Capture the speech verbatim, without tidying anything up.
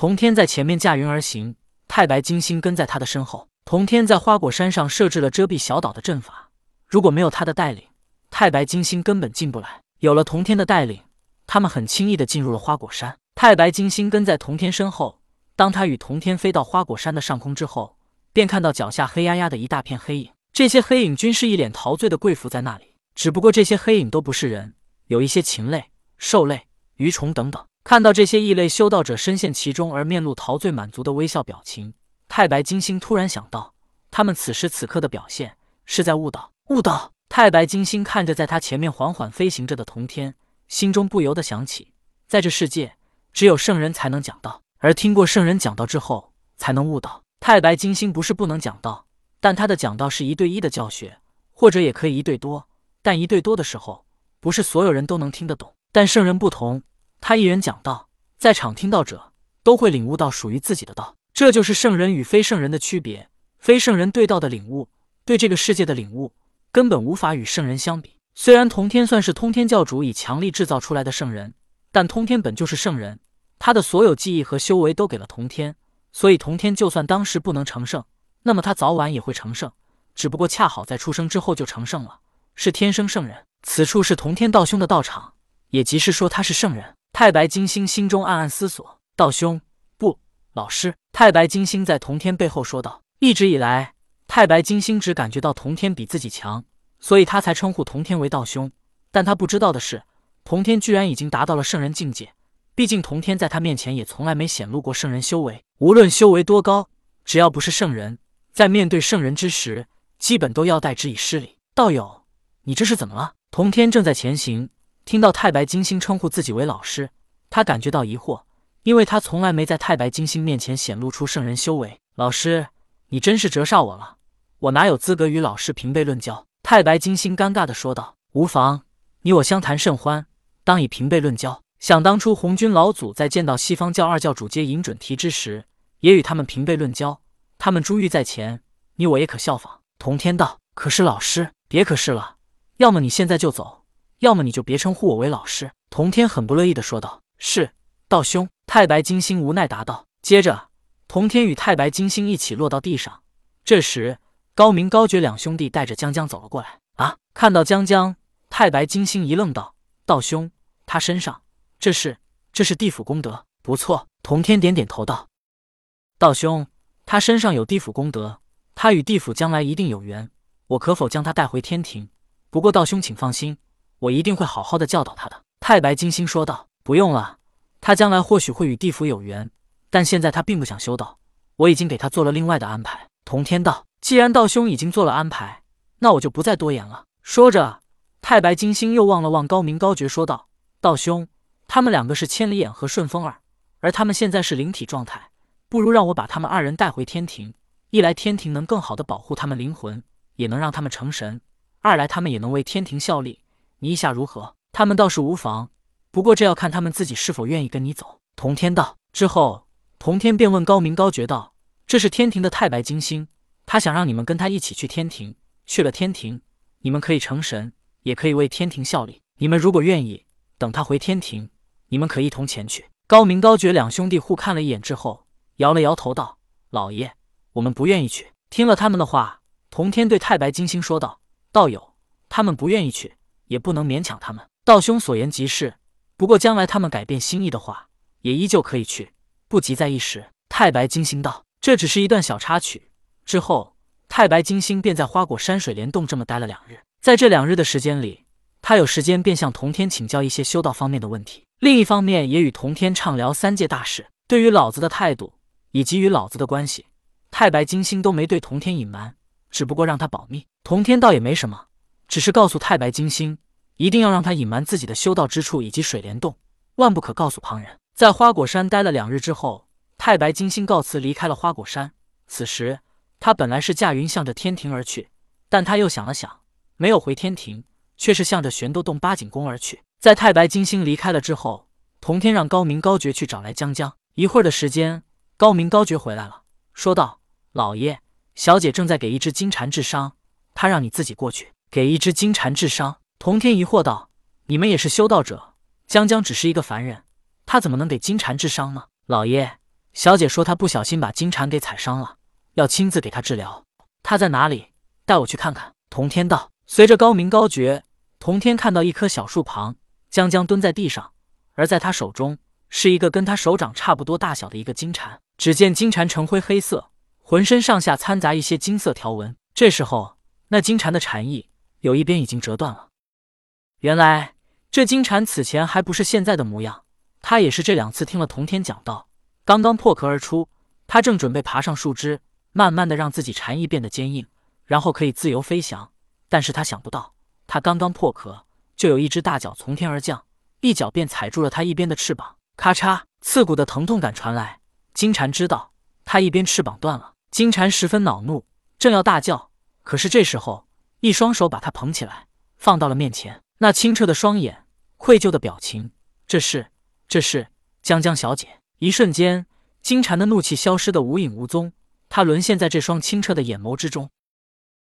童天在前面驾云而行，太白金星跟在他的身后。童天在花果山上设置了遮蔽小岛的阵法，如果没有他的带领，太白金星根本进不来。有了童天的带领，他们很轻易地进入了花果山。太白金星跟在童天身后，当他与童天飞到花果山的上空之后，便看到脚下黑压压的一大片黑影，这些黑影均是一脸陶醉的跪伏在那里。只不过这些黑影都不是人，有一些禽类、兽类、鱼虫等等。看到这些异类修道者深陷其中而面露陶醉满足的微笑表情，太白金星突然想到，他们此时此刻的表现是在悟道。悟道！太白金星看着在他前面缓缓飞行着的童天，心中不由得想起，在这世界，只有圣人才能讲道，而听过圣人讲道之后，才能悟道。太白金星不是不能讲道，但他的讲道是一对一的教学，或者也可以一对多，但一对多的时候，不是所有人都能听得懂。但圣人不同，他一人讲道，在场听到者都会领悟到属于自己的道，这就是圣人与非圣人的区别。非圣人对道的领悟，对这个世界的领悟，根本无法与圣人相比。虽然通天算是通天教主以强力制造出来的圣人，但通天本就是圣人，他的所有记忆和修为都给了通天，所以通天就算当时不能成圣，那么他早晚也会成圣，只不过恰好在出生之后就成圣了，是天生圣人。此处是通天道兄的道场，也即是说他是圣人。太白金星心中暗暗思索，道兄，不，老师。太白金星在童天背后说道。一直以来，太白金星只感觉到童天比自己强，所以他才称呼童天为道兄。但他不知道的是，童天居然已经达到了圣人境界。毕竟童天在他面前也从来没显露过圣人修为，无论修为多高，只要不是圣人，在面对圣人之时，基本都要代之以失礼。道友，你这是怎么了？童天正在前行，听到太白金星称呼自己为老师，他感觉到疑惑，因为他从来没在太白金星面前显露出圣人修为。老师，你真是折煞我了，我哪有资格与老师平辈论交？太白金星尴尬地说道。无妨，你我相谈甚欢，当以平辈论交。想当初红军老祖在见到西方教二教主皆尹准提之时，也与他们平辈论交，他们珠玉在前，你我也可效仿。童天道。可是老师，别可是了，要么你现在就走，要么你就别称呼我为老师。童天很不乐意地说道。是，道兄。太白金星无奈答道。接着，童天与太白金星一起落到地上。这时，高明高觉两兄弟带着江江走了过来。啊！看到江江，太白金星一愣道：道兄，他身上这是这是地府功德？不错。童天点点头道。道兄，他身上有地府功德，他与地府将来一定有缘，我可否将他带回天庭？不过道兄请放心，我一定会好好的教导他的。太白金星说道。不用了，他将来或许会与地府有缘，但现在他并不想修道，我已经给他做了另外的安排。童天道。既然道兄已经做了安排，那我就不再多言了。说着，太白金星又望了望高明高觉说道。道兄，他们两个是千里眼和顺风耳，而他们现在是灵体状态，不如让我把他们二人带回天庭，一来天庭能更好的保护他们灵魂，也能让他们成神，二来他们也能为天庭效力，你意下如何？他们倒是无妨，不过这要看他们自己是否愿意跟你走。童天道。之后，童天便问高明高觉道，这是天庭的太白金星，他想让你们跟他一起去天庭，去了天庭，你们可以成神，也可以为天庭效力，你们如果愿意，等他回天庭，你们可一同前去。高明高觉两兄弟互看了一眼之后，摇了摇头道：老爷，我们不愿意去。听了他们的话，童天对太白金星说道：道友，他们不愿意去，也不能勉强他们。道兄所言极是，不过将来他们改变心意的话，也依旧可以去，不急在一时。太白金星道。这只是一段小插曲。之后，太白金星便在花果山水帘洞这么待了两日。在这两日的时间里，他有时间便向童天请教一些修道方面的问题，另一方面也与童天畅聊三界大事。对于老子的态度以及与老子的关系，太白金星都没对童天隐瞒，只不过让他保密。童天倒也没什么，只是告诉太白金星，一定要让他隐瞒自己的修道之处以及水帘洞，万不可告诉旁人。在花果山待了两日之后，太白金星告辞离开了花果山。此时他本来是驾云向着天庭而去，但他又想了想，没有回天庭，却是向着玄斗洞八景宫而去。在太白金星离开了之后，童天让高明高觉去找来江江。一会儿的时间，高明高觉回来了，说道：老爷，小姐正在给一只金蝉治伤，他让你自己过去。给一只金蝉治伤？童天疑惑道：你们也是修道者，江江只是一个凡人，他怎么能给金蝉治伤呢？老爷， 小姐说她不小心把金蝉给踩伤了，要亲自给她治疗。她在哪里？带我去看看。童天道。随着高鸣高绝，童天看到一棵小树旁，江江蹲在地上，而在他手中是一个跟他手掌差不多大小的一个金蝉。只见金蝉呈灰黑色，浑身上下掺杂一些金色条纹。这时候，那金蝉的蝉翼有一边已经折断了。原来这金蝉此前还不是现在的模样，他也是这两次听了童天讲道，刚刚破壳而出。他正准备爬上树枝，慢慢的让自己蝉翼变得坚硬，然后可以自由飞翔。但是他想不到，他刚刚破壳，就有一只大脚从天而降，一脚便踩住了他一边的翅膀，咔嚓，刺骨的疼痛感传来。金蝉知道他一边翅膀断了，金蝉十分恼怒，正要大叫，可是这时候一双手把他捧起来，放到了面前。那清澈的双眼，愧疚的表情，这是这是江江小姐。一瞬间，金蝉的怒气消失得无影无踪，她沦陷在这双清澈的眼眸之中。